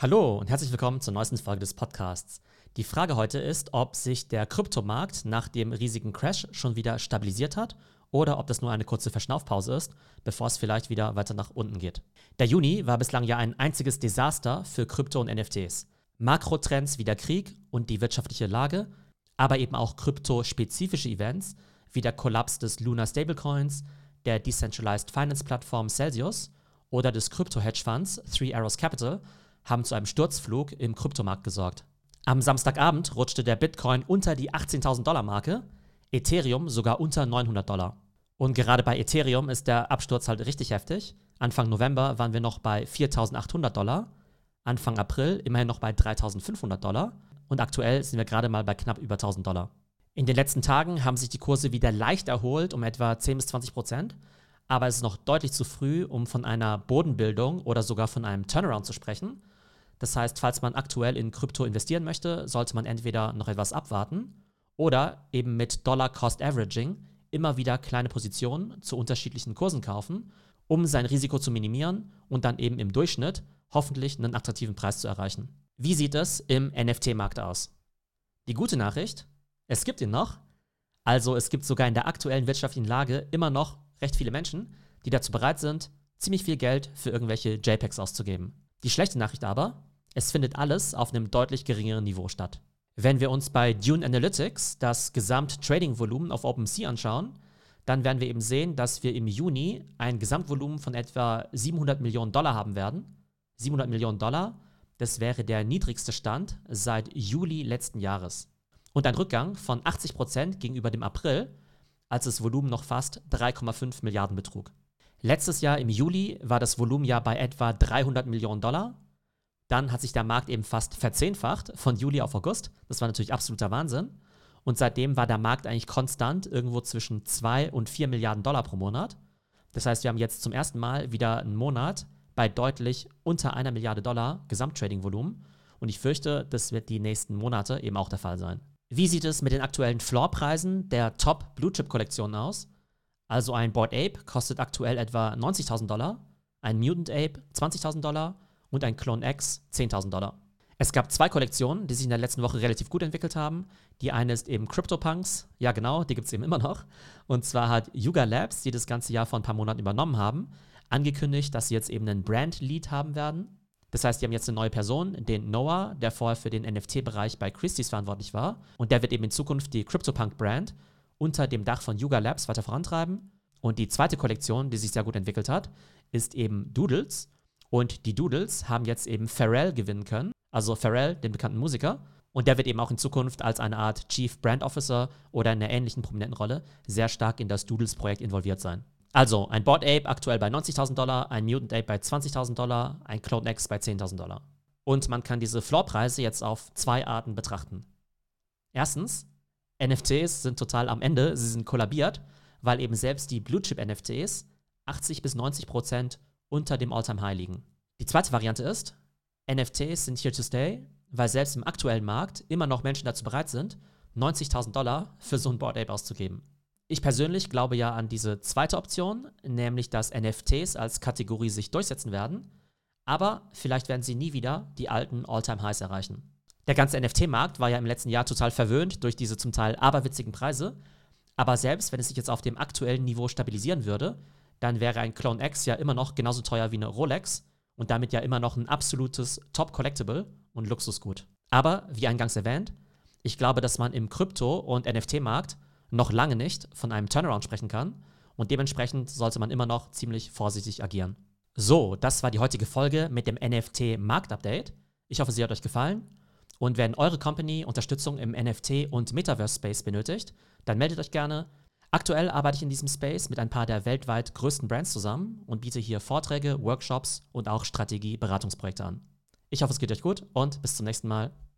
Hallo und herzlich willkommen zur neuesten Folge des Podcasts. Die Frage heute ist, ob sich der Kryptomarkt nach dem riesigen Crash schon wieder stabilisiert hat oder ob das nur eine kurze Verschnaufpause ist, bevor es vielleicht wieder weiter nach unten geht. Der Juni war bislang ja ein einziges Desaster für Krypto und NFTs. Makrotrends wie der Krieg und die wirtschaftliche Lage, aber eben auch kryptospezifische Events wie der Kollaps des Luna Stablecoins, der Decentralized Finance Plattform Celsius oder des Krypto-Hedgefonds Three Arrows Capital haben zu einem Sturzflug im Kryptomarkt gesorgt. Am Samstagabend rutschte der Bitcoin unter die 18.000 Dollar Marke, Ethereum sogar unter 900 Dollar. Und gerade bei Ethereum ist der Absturz halt richtig heftig. Anfang November waren wir noch bei 4.800 Dollar, Anfang April immerhin noch bei 3.500 Dollar und aktuell sind wir gerade mal bei knapp über 1.000 Dollar. In den letzten Tagen haben sich die Kurse wieder leicht erholt, um etwa 10-20%, aber es ist noch deutlich zu früh, um von einer Bodenbildung oder sogar von einem Turnaround zu sprechen. Das heißt, falls man aktuell in Krypto investieren möchte, sollte man entweder noch etwas abwarten oder eben mit Dollar-Cost-Averaging immer wieder kleine Positionen zu unterschiedlichen Kursen kaufen, um sein Risiko zu minimieren und dann eben im Durchschnitt hoffentlich einen attraktiven Preis zu erreichen. Wie sieht es im NFT-Markt aus? Die gute Nachricht, es gibt ihn noch. Also es gibt sogar in der aktuellen wirtschaftlichen Lage immer noch recht viele Menschen, die dazu bereit sind, ziemlich viel Geld für irgendwelche JPEGs auszugeben. Die schlechte Nachricht aber, es findet alles auf einem deutlich geringeren Niveau statt. Wenn wir uns bei Dune Analytics das Gesamt-Trading-Volumen auf OpenSea anschauen, dann werden wir eben sehen, dass wir im Juni ein Gesamtvolumen von etwa 700 Millionen Dollar haben werden. 700 Millionen Dollar, das wäre der niedrigste Stand seit Juli letzten Jahres. Und ein Rückgang von 80% gegenüber dem April, als das Volumen noch fast 3,5 Milliarden betrug. Letztes Jahr im Juli war das Volumen ja bei etwa 300 Millionen Dollar. Dann hat sich der Markt eben fast verzehnfacht von Juli auf August. Das war natürlich absoluter Wahnsinn. Und seitdem war der Markt eigentlich konstant irgendwo zwischen 2 und 4 Milliarden Dollar pro Monat. Das heißt, wir haben jetzt zum ersten Mal wieder einen Monat bei deutlich unter 1 Milliarde Dollar Gesamttrading-Volumen. Und ich fürchte, das wird die nächsten Monate eben auch der Fall sein. Wie sieht es mit den aktuellen Floorpreisen der Top-Blue-Chip-Kollektionen aus? Also ein Bored Ape kostet aktuell etwa 90.000 Dollar, ein Mutant Ape 20.000 Dollar und ein Clone X 10.000 Dollar. Es gab zwei Kollektionen, die sich in der letzten Woche relativ gut entwickelt haben. Die eine ist eben CryptoPunks, ja genau, die gibt es eben immer noch. Und zwar hat Yuga Labs, die das ganze Jahr vor ein paar Monaten übernommen haben, angekündigt, dass sie jetzt eben einen Brand-Lead haben werden. Das heißt, die haben jetzt eine neue Person, den Noah, der vorher für den NFT-Bereich bei Christie's verantwortlich war. Und der wird eben in Zukunft die CryptoPunk-Brand unter dem Dach von Yuga Labs weiter vorantreiben. Und die zweite Kollektion, die sich sehr gut entwickelt hat, ist eben Doodles. Und die Doodles haben jetzt eben Pharrell gewinnen können. Also Pharrell, den bekannten Musiker. Und der wird eben auch in Zukunft als eine Art Chief Brand Officer oder in einer ähnlichen prominenten Rolle sehr stark in das Doodles-Projekt involviert sein. Also ein Bored Ape aktuell bei 90.000 Dollar, ein Mutant Ape bei 20.000 Dollar, ein Clone X bei 10.000 Dollar. Und man kann diese Floorpreise jetzt auf zwei Arten betrachten. Erstens, NFTs sind total am Ende, sie sind kollabiert, weil eben selbst die Blue-Chip-NFTs 80-90% unter dem All-Time-High liegen. Die zweite Variante ist, NFTs sind here to stay, weil selbst im aktuellen Markt immer noch Menschen dazu bereit sind, 90.000 Dollar für so ein Bored Ape auszugeben. Ich persönlich glaube ja an diese zweite Option, nämlich dass NFTs als Kategorie sich durchsetzen werden, aber vielleicht werden sie nie wieder die alten All-Time-Highs erreichen. Der ganze NFT-Markt war ja im letzten Jahr total verwöhnt durch diese zum Teil aberwitzigen Preise, aber selbst wenn es sich jetzt auf dem aktuellen Niveau stabilisieren würde, dann wäre ein Clone X ja immer noch genauso teuer wie eine Rolex und damit ja immer noch ein absolutes Top-Collectible und Luxusgut. Aber, wie eingangs erwähnt, ich glaube, dass man im Krypto- und NFT-Markt noch lange nicht von einem Turnaround sprechen kann und dementsprechend sollte man immer noch ziemlich vorsichtig agieren. So, das war die heutige Folge mit dem NFT-Markt-Update. Ich hoffe, sie hat euch gefallen und wenn eure Company Unterstützung im NFT- und Metaverse-Space benötigt, dann meldet euch gerne. Aktuell arbeite ich in diesem Space mit ein paar der weltweit größten Brands zusammen und biete hier Vorträge, Workshops und auch Strategie-Beratungsprojekte an. Ich hoffe, es geht euch gut und bis zum nächsten Mal.